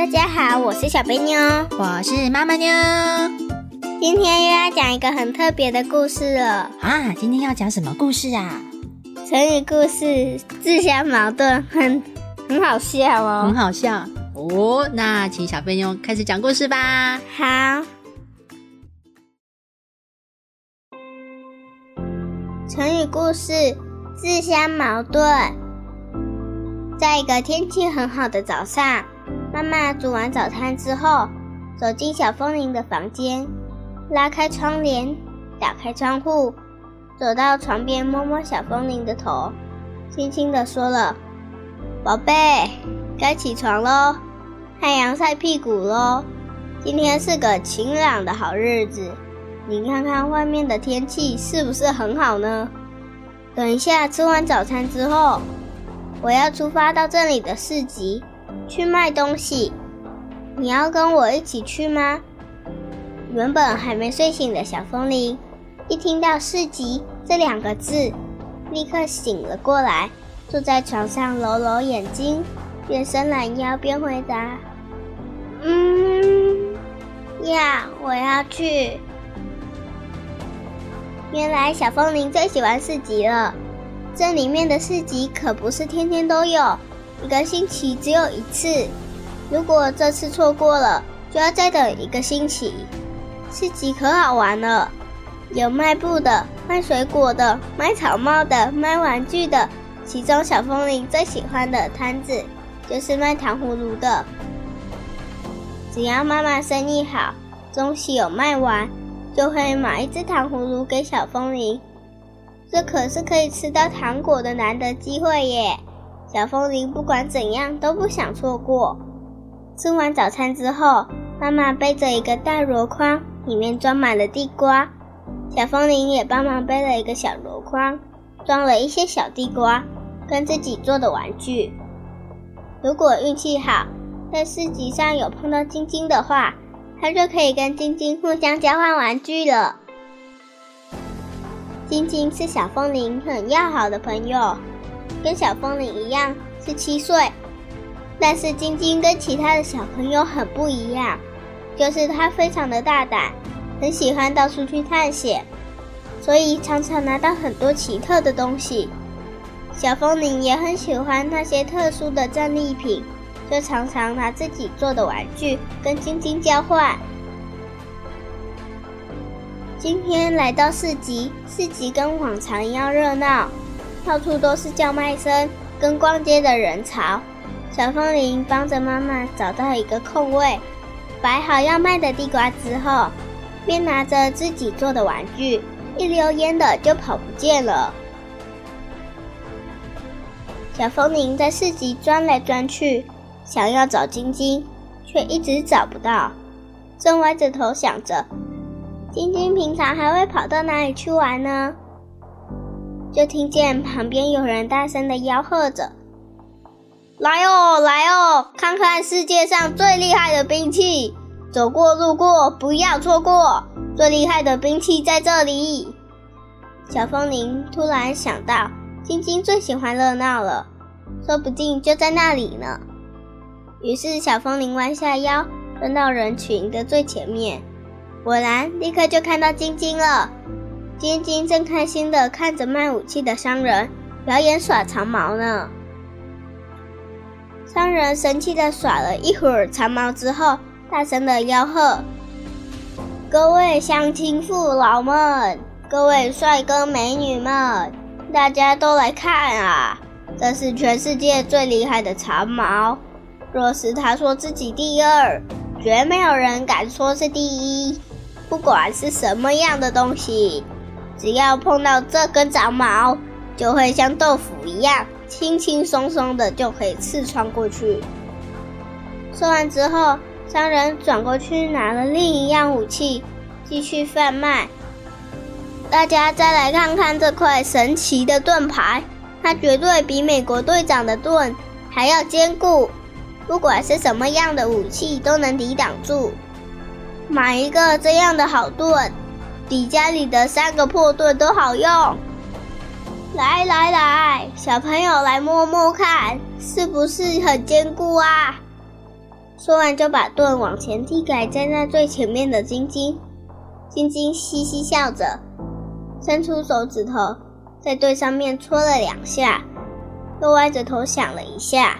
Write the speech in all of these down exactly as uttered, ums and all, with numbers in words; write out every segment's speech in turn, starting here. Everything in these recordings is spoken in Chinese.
大家好，我是小贝妞， 我是妈妈妞。 今天又要讲一个很特别的故事了啊！今天要讲什么故事啊？ 成语故事，自相矛盾，很很好笑哦， 很好笑哦。那请小贝妞开始讲故事吧。 好。成语故事，自相矛盾。在一个天气很好的早上，妈妈煮完早餐之后，走进小风铃的房间，拉开窗帘，打开窗户，走到床边摸摸小风铃的头，轻轻地说了：“宝贝，该起床咯，太阳晒屁股咯，今天是个晴朗的好日子，你看看外面的天气是不是很好呢？等一下吃完早餐之后，我要出发到这里的市集去卖东西，你要跟我一起去吗？”原本还没睡醒的小风铃一听到市集这两个字，立刻醒了过来，坐在床上揉揉眼睛，边伸懒腰边回答：“嗯，呀，我要去。”原来小风铃最喜欢市集了，这里面的市集可不是天天都有，一个星期只有一次，如果这次错过了，就要再等一个星期。市集可好玩了，有卖布的，卖水果的，卖草帽的，卖玩具的，其中小风铃最喜欢的摊子就是卖糖葫芦的。只要妈妈生意好，东西有卖完，就会买一只糖葫芦给小风铃，这可是可以吃到糖果的难得机会耶！小风铃不管怎样都不想错过。吃完早餐之后，妈妈背着一个大箩筐，里面装满了地瓜，小风铃也帮忙背了一个小箩筐，装了一些小地瓜跟自己做的玩具。如果运气好，在市集上有碰到晶晶的话，他就可以跟晶晶互相交换玩具了。晶晶是小风铃很要好的朋友，跟小风铃一样是七岁，但是晶晶跟其他的小朋友很不一样，就是她非常的大胆，很喜欢到处去探险，所以常常拿到很多奇特的东西。小风铃也很喜欢那些特殊的战利品，就常常拿自己做的玩具跟晶晶交换。今天来到市集，市集跟往常一样热闹，到处都是叫卖声跟逛街的人潮。小风铃帮着妈妈找到一个空位，摆好要卖的地瓜之后，便拿着自己做的玩具，一溜烟的就跑不见了。小风铃在市集钻来钻去，想要找晶晶，却一直找不到，正歪着头想着晶晶平常还会跑到哪里去玩呢？就听见旁边有人大声的吆喝着：“来哦，来哦，看看世界上最厉害的兵器，走过路过不要错过，最厉害的兵器在这里。”小风铃突然想到晶晶最喜欢热闹了，说不定就在那里呢。于是小风铃弯下腰，钻到人群的最前面，果然立刻就看到晶晶了。晶晶正开心地看着卖武器的商人表演耍长矛呢。商人生气地耍了一会儿长矛之后，大声地吆喝：“各位乡亲父老们，各位帅哥美女们，大家都来看啊！这是全世界最厉害的长矛，若是他说自己第二，绝没有人敢说是第一。不管是什么样的东西，只要碰到这根长矛，就会像豆腐一样，轻轻松松的就可以刺穿过去。”说完之后，商人转过去拿了另一样武器，继续贩卖。大家再来看看这块神奇的盾牌，它绝对比美国队长的盾还要坚固，不管是什么样的武器都能抵挡住。买一个这样的好盾，比家里的三个破盾都好用。来来来，小朋友来摸摸看，是不是很坚固啊？ 说完就把盾往前递给站在最前面的晶晶。晶晶嘻嘻笑着，伸出手指头在盾上面戳了两下，又歪着头想了一下。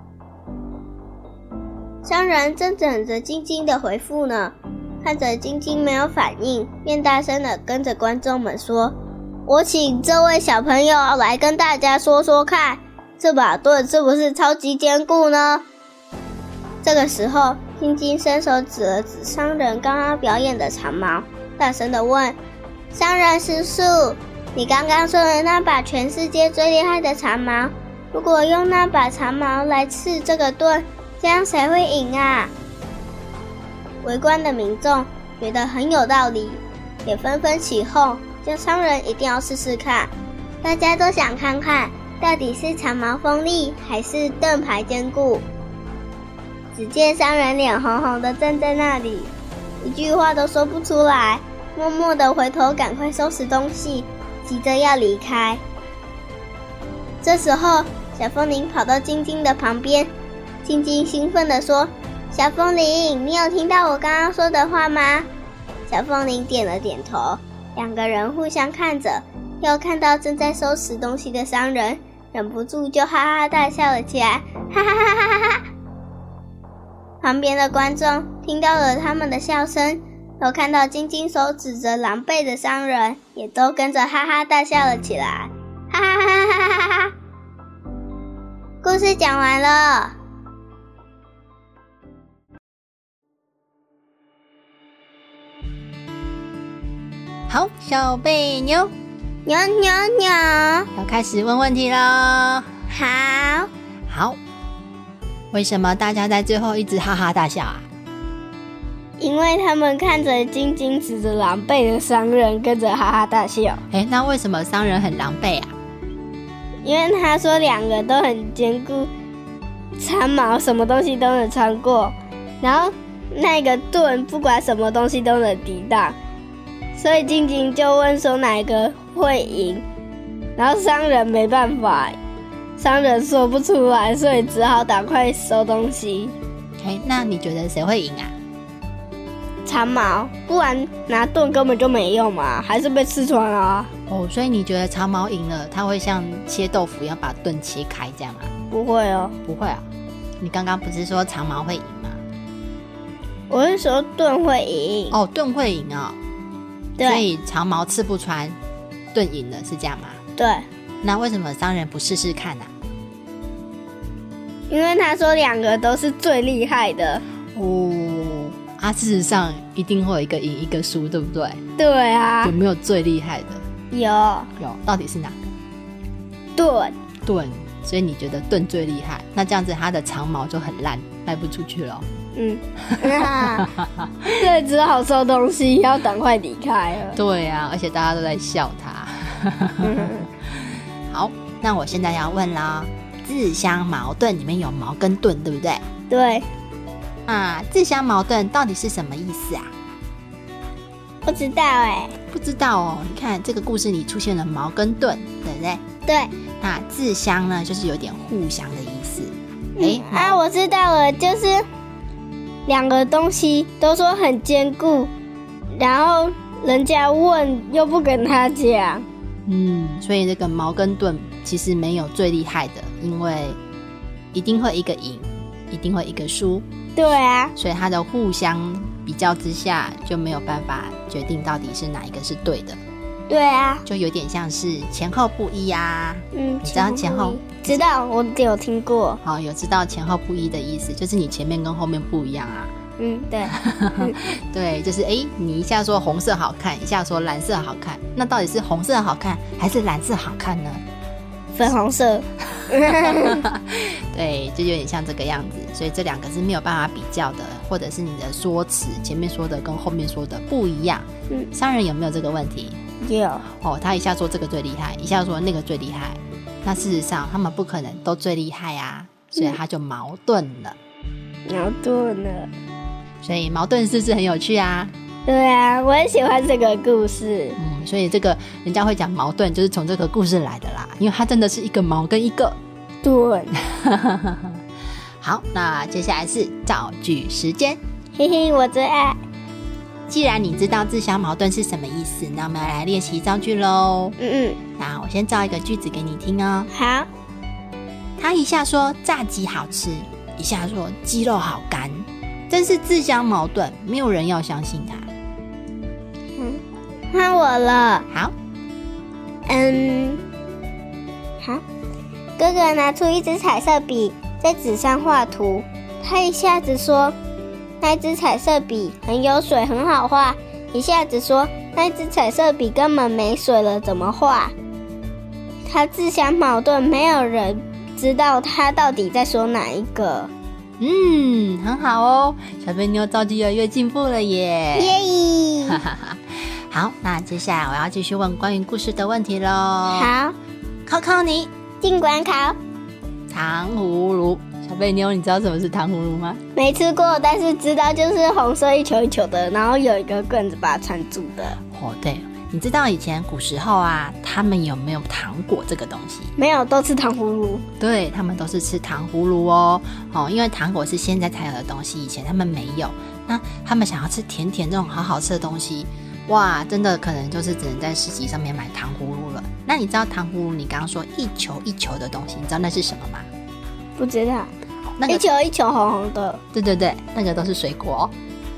商人正等着晶晶的回复呢，看着晶晶没有反应，便大声地跟着观众们说：我请这位小朋友来跟大家说说看，这把盾是不是超级坚固呢？这个时候，晶晶伸手指了指商人刚刚表演的长矛，大声地问：商人叔叔，你刚刚说的那把全世界最厉害的长矛，如果用那把长矛来刺这个盾，这样谁会赢啊？围观的民众觉得很有道理，也纷纷起哄，叫商人一定要试试看。大家都想看看，到底是长矛锋利，还是盾牌坚固。只见商人脸红红的站在那里，一句话都说不出来，默默地回头赶快收拾东西，急着要离开。这时候，小风铃跑到晶晶的旁边，晶晶兴奋地说：小风铃，你有听到我刚刚说的话吗？小风铃点了点头，两个人互相看着，又看到正在收拾东西的商人，忍不住就哈哈大笑了起来，哈哈哈哈哈哈！旁边的观众听到了他们的笑声，都看到晶晶手指着狼狈的商人，也都跟着哈哈大笑了起来，哈哈哈哈哈哈！故事讲完了。 好，小贝妞， 牛牛牛， 要开始问问题了。 好， 好，为什么大家在最后一直哈哈大笑啊？ 因为他们看着晶晶指着狼狈的商人，跟着哈哈大笑。 诶，那为什么商人很狼狈啊？ 因为他说两个都很坚固，长矛什么东西都能穿过，然后那个盾不管什么东西都能抵挡，所以晶晶就问说哪个会赢，然后商人没办法，商人说不出来，所以只好赶快收东西。 诶，那你觉得谁会赢啊？ 长矛，不然拿盾根本就没用嘛，还是被刺穿了啊。 哦，所以你觉得长矛赢了，他会像切豆腐一样把盾切开这样啊？ 不会哦。 不会啊，你刚刚不是说长矛会赢吗？ 我是说盾会赢。 哦，盾会赢哦。 对。 所以长矛刺不穿，盾赢了，是这样吗？ 对。 那为什么商人不试试看啊？ 因为他说两个都是最厉害的。 哦。啊，事实上一定会有一个赢一个输，对不对？ 对啊。 有没有最厉害的？ 有。 有，到底是哪个？ 盾。 盾，所以你觉得盾最厉害？那这样子他的长矛就很烂，卖不出去了。 嗯。对，只好收东西，要赶快离开了。 对啊，而且大家都在笑他。好，那我现在要问啦，自相矛盾里面有矛跟盾，对不对？ 对。 啊，自相矛盾到底是什么意思啊？ 不知道哎。 不知道哦。你看这个故事里出现了矛跟盾，对不对？ 对。 那自相呢，就是有点互相的意思。 哎、嗯、啊，我知道了，就是两个东西都说很坚固，然后人家问又不跟他讲。 嗯，所以这个矛跟盾其实没有最厉害的，因为一定会一个赢，一定会一个输。 对啊， 所以它的互相比较之下，就没有办法决定到底是哪一个是对的。 对啊， 就有点像是前后不一啊。 嗯， 你知道前后？ 知道，我有听过。 好，有知道前后不一的意思，就是你前面跟后面不一样啊。 嗯，对。 对，就是哎，你一下说红色好看，一下说蓝色好看，那到底是红色好看还是蓝色好看呢？ 粉红色。 对，就有点像这个样子，所以这两个是没有办法比较的，或者是你的说辞前面说的跟后面说的不一样。嗯，商人有没有这个问题？ 有。 哦，他一下说这个最厉害，一下说那个最厉害，那事实上他们不可能都最厉害啊，所以他就矛盾了。 矛盾了。 所以矛盾是不是很有趣啊？ 对啊，我也喜欢这个故事。 嗯，所以这个人家会讲矛盾，就是从这个故事来的啦，因为它真的是一个矛跟一个盾。 好，那接下来是造句时间。 嘿嘿，我最爱。 既然你知道自相矛盾是什么意思，那我们要来练习造句咯。 嗯嗯， 那我先造一个句子给你听哦。 好。 他一下说炸鸡好吃，一下说鸡肉好干，真是自相矛盾，没有人要相信他。 嗯，换我了。 好。 嗯，好。哥哥拿出一支彩色笔，在纸上画图。他一下子说那支彩色笔很有水，很好画，一下子说那支彩色笔根本没水了，怎么画？他自相矛盾，没有人知道他到底在说哪一个。 嗯，很好哦，小肥妞造句越来越进步了耶！ 耶！ 好，那接下来我要继续问关于故事的问题咯。 好， 考考你， 尽管考。 糖葫芦，小肥妞，你知道什么是糖葫芦吗？ 没吃过，但是知道就是红色一球一球的，然后有一个棍子把它缠住的。 哦，对，你知道以前古时候啊，他们有没有糖果这个东西？ 没有，都吃糖葫芦。 对，他们都是吃糖葫芦哦。哦，因为糖果是现在才有的东西，以前他们没有。那他们想要吃甜甜这种好好吃的东西，哇，真的可能就是只能在市集上面买糖葫芦了。那你知道糖葫芦你刚刚说一球一球的东西，你知道那是什么吗？ 不知道。 那个、 一球一球红红的。 对对对，那个都是水果。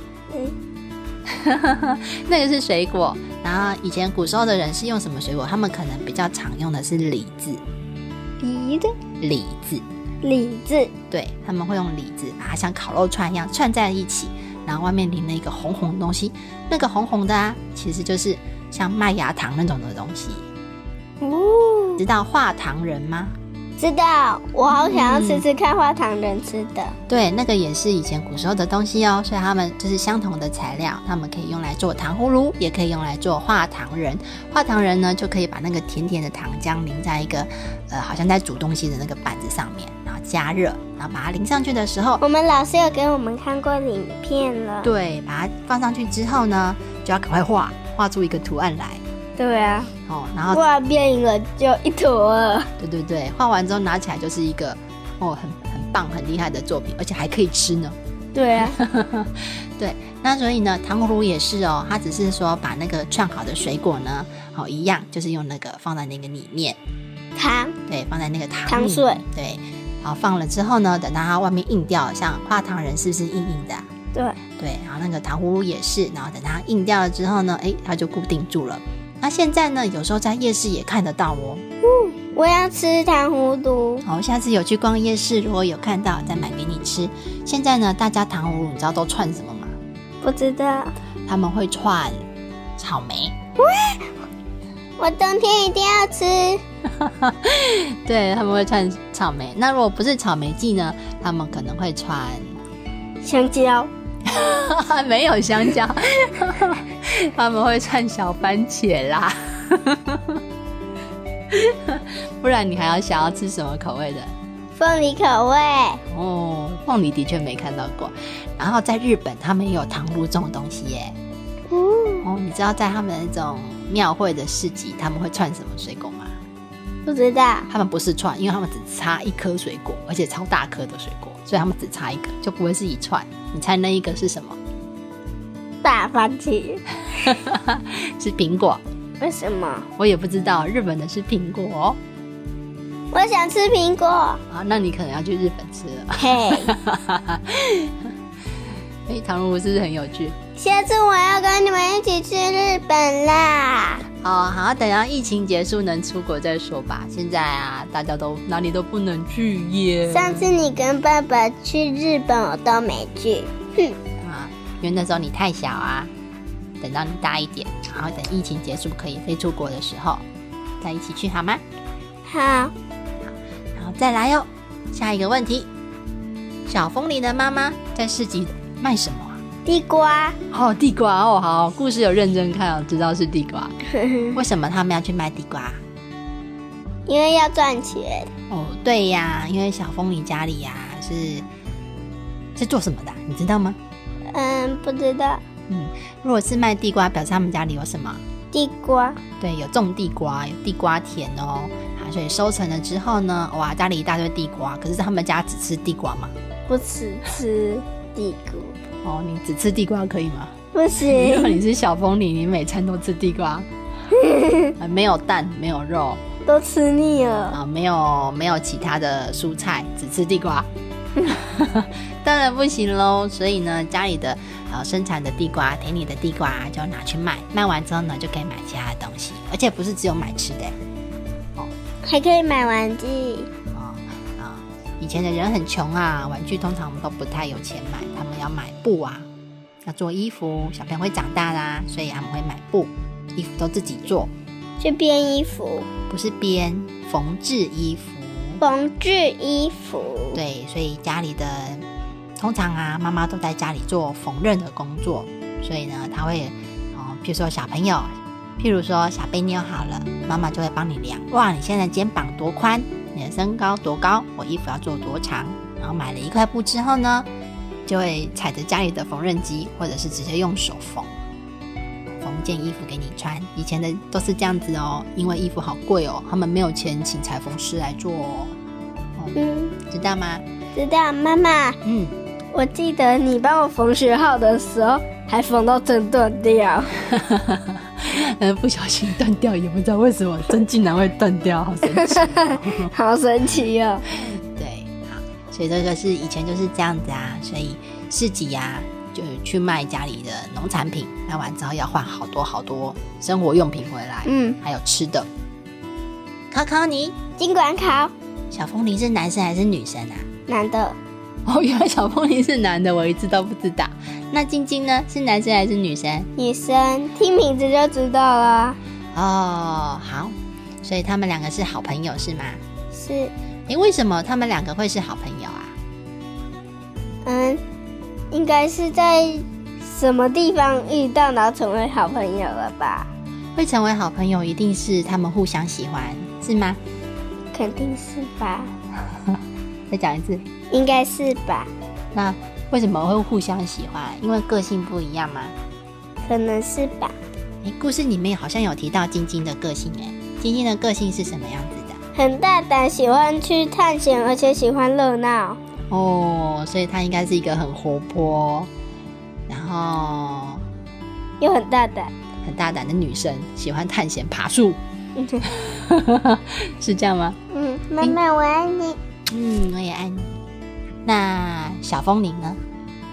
嗯， 那个是水果。然后以前古时候的人是用什么水果？他们可能比较常用的是李子。 梨的？ 李子。 李子。 对，他们会用李子，把它像烤肉串一样串在一起，然后外面淋了一个红红的东西。那个红红的啊，其实就是像麦芽糖那种的东西。 哦， 知道画糖人吗？ 知道，我好想要吃吃看画糖人吃的、嗯、 对，那个也是以前古时候的东西哦，所以他们就是相同的材料，他们可以用来做糖葫芦，也可以用来做画糖人。画糖人呢，就可以把那个甜甜的糖浆淋在一个呃，好像在煮东西的那个板子上面，然后加热，然后把它淋上去的时候， 我们老师有给我们看过影片了。 对，把它放上去之后呢，就要赶快画画出一个图案来。 对啊， 哦，然后画变赢了就一坨了。 对对对，画完之后拿起来就是一个哦很很棒很厉害的作品，而且还可以吃呢。 对啊， 对，那所以呢，糖葫芦也是哦，它只是说把那个串好的水果呢，好、哦、一样，就是用那个放在那个里面， 糖， 对，放在那个糖糖水， 对，然后放了之后呢，等到它外面硬掉，像画糖人是不是硬硬的、啊？ 对对，然后那个糖葫芦也是，然后等它硬掉了之后呢，哎，它就固定住了。那现在呢，有时候在夜市也看得到哦。 嗯，我要吃糖葫芦。 好，下次有去逛夜市，如果有看到，再买给你吃。现在呢，大家糖葫芦你知道都串什么吗？ 不知道。 他们会串草莓。 哇，我冬天一定要吃。 对，他们会串草莓。那如果不是草莓季呢，他们可能会串香蕉。 没有香蕉。他们会串小番茄啦。不然你还要想要吃什么口味的？ 凤梨口味。 哦，凤梨的确没看到过。然后在日本他们也有糖葫芦这种东西耶。 哦， 哦，你知道在他们那种庙会的市集他们会串什么水果吗？ 不知道。 他们不是串，因为他们只插一颗水果，而且超大颗的水果，所以他们只插一个，就不会是一串。你猜那一个是什么？ 大番茄。 是苹果。 为什么？ 我也不知道，日本的是苹果哦。 我想吃苹果。 啊，那你可能要去日本吃了。 嘿。 哎，糖葫芦是不是很有趣？ 下次我要跟你们一起去日本啦。 哦，好，等到疫情结束能出国再说吧。现在啊，大家都哪里都不能去耶。 上次你跟爸爸去日本，我都没去。哼。 啊，因为那时候你太小啊。等到你大一点，然后等疫情结束可以飞出国的时候，再一起去好吗？ 好。 好，然后再来哦。下一个问题，小风铃的妈妈在市集卖什么啊？ 地瓜。 哦，地瓜哦，好，故事有认真看哦，知道是地瓜。为什么他们要去卖地瓜？ 因为要赚钱。 哦，对呀，因为小风铃家里呀、啊、是是做什么的？你知道吗？ 嗯，不知道。 嗯，如果是卖地瓜，表示他们家里有什么？ 地瓜。 对，有种地瓜，有地瓜田哦。好，所以收成了之后呢，哇，家里一大堆地瓜。可是他们家只吃地瓜吗？ 不吃吃地瓜。 哦，你只吃地瓜可以吗？ 不行。 如果你是小风铃，你每餐都吃地瓜，没有蛋，没有肉， 都吃腻了啊，没有没有其他的蔬菜，只吃地瓜，当然不行咯。所以呢，家里的呃生产的地瓜，田里的地瓜就拿去卖，卖完之后呢，就可以买其他的东西，而且不是只有买吃的， 哦，还可以买玩具。 哦啊，以前的人很穷啊，玩具通常都不太有钱买，他们要买布啊，要做衣服，小朋友会长大啦，所以他们会买布，衣服都自己做。 去编衣服？ 不是编，缝制衣服。 缝制衣服。 对，所以家里的通常啊，妈妈都在家里做缝纫的工作，所以呢，她会，哦，譬如说小朋友，譬如说小贝妞好了，妈妈就会帮你量，哇，你现在肩膀多宽，你的身高多高，我衣服要做多长，然后买了一块布之后呢，就会踩着家里的缝纫机，或者是直接用手缝。缝一件衣服给你穿，以前的都是这样子哦，因为衣服好贵哦，他们没有钱请裁缝师来做哦。哦嗯，知道吗？ 知道，妈妈。嗯，我记得你帮我缝学号的时候，还缝到针断掉。 嗯，不小心断掉，也不知道为什么针竟然会断掉，好神奇、哦， 好神奇哦。 对，好，所以这个是以前就是这样子啊，所以市集啊。就去卖家里的农产品，卖完之后要换好多好多生活用品回来，嗯，还有吃的。考考你， 尽管考。 小风铃是男生还是女生啊？ 男的。 哦，原来小风铃是男的，我一直都不知道。那晶晶呢？是男生还是女生？ 女生，听名字就知道了。 哦，好，所以他们两个是好朋友是吗？ 是。 诶，为什么他们两个会是好朋友啊？ 嗯。应该是在什么地方遇到，然后成为好朋友了吧？ 会成为好朋友，一定是他们互相喜欢，是吗？ 肯定是吧。 再讲一次。 应该是吧。 那为什么会互相喜欢？因为个性不一样吗？ 可能是吧。 诶，故事里面好像有提到晶晶的个性，诶，晶晶的个性是什么样子的？ 很大胆，喜欢去探险，而且喜欢热闹。 哦，所以她应该是一个很活泼，然后又很大胆、 很大胆的女生，喜欢探险、爬树，是这样吗？ 嗯，妈妈我爱你。 嗯，我也爱你。那小风铃呢？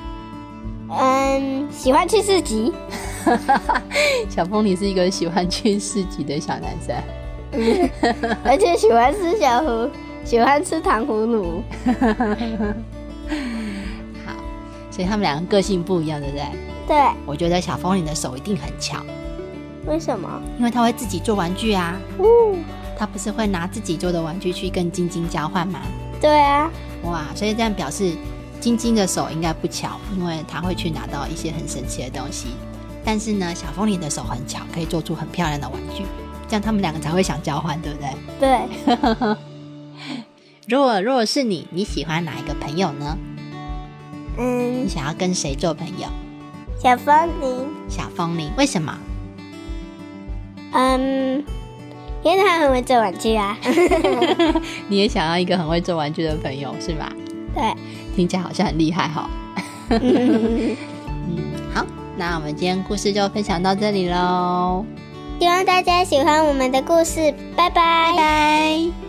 嗯，喜欢去市集。 小风铃是一个喜欢去市集的小男生， 嗯，而且喜欢吃小葫。喜欢吃糖葫芦。 好，所以他们两个个性不一样，对不对？ 对。 我觉得小风铃的手一定很巧。 为什么？ 因为他会自己做玩具啊。 哦。 他不是会拿自己做的玩具去跟晶晶交换吗？ 对啊。 哇，所以这样表示晶晶的手应该不巧，因为他会去拿到一些很神奇的东西。但是呢，小风铃的手很巧，可以做出很漂亮的玩具，这样他们两个才会想交换，对不对？ 对。 如果如果是你，你喜欢哪一个朋友呢？ 嗯， 你想要跟谁做朋友？ 小风铃。 小风铃，为什么？ 嗯，因为他很会做玩具啊。 你也想要一个很会做玩具的朋友是吧？ 对， 听起来好像很厉害哈。嗯，好，那我们今天故事就分享到这里咯， 希望大家喜欢我们的故事，拜拜， 拜拜。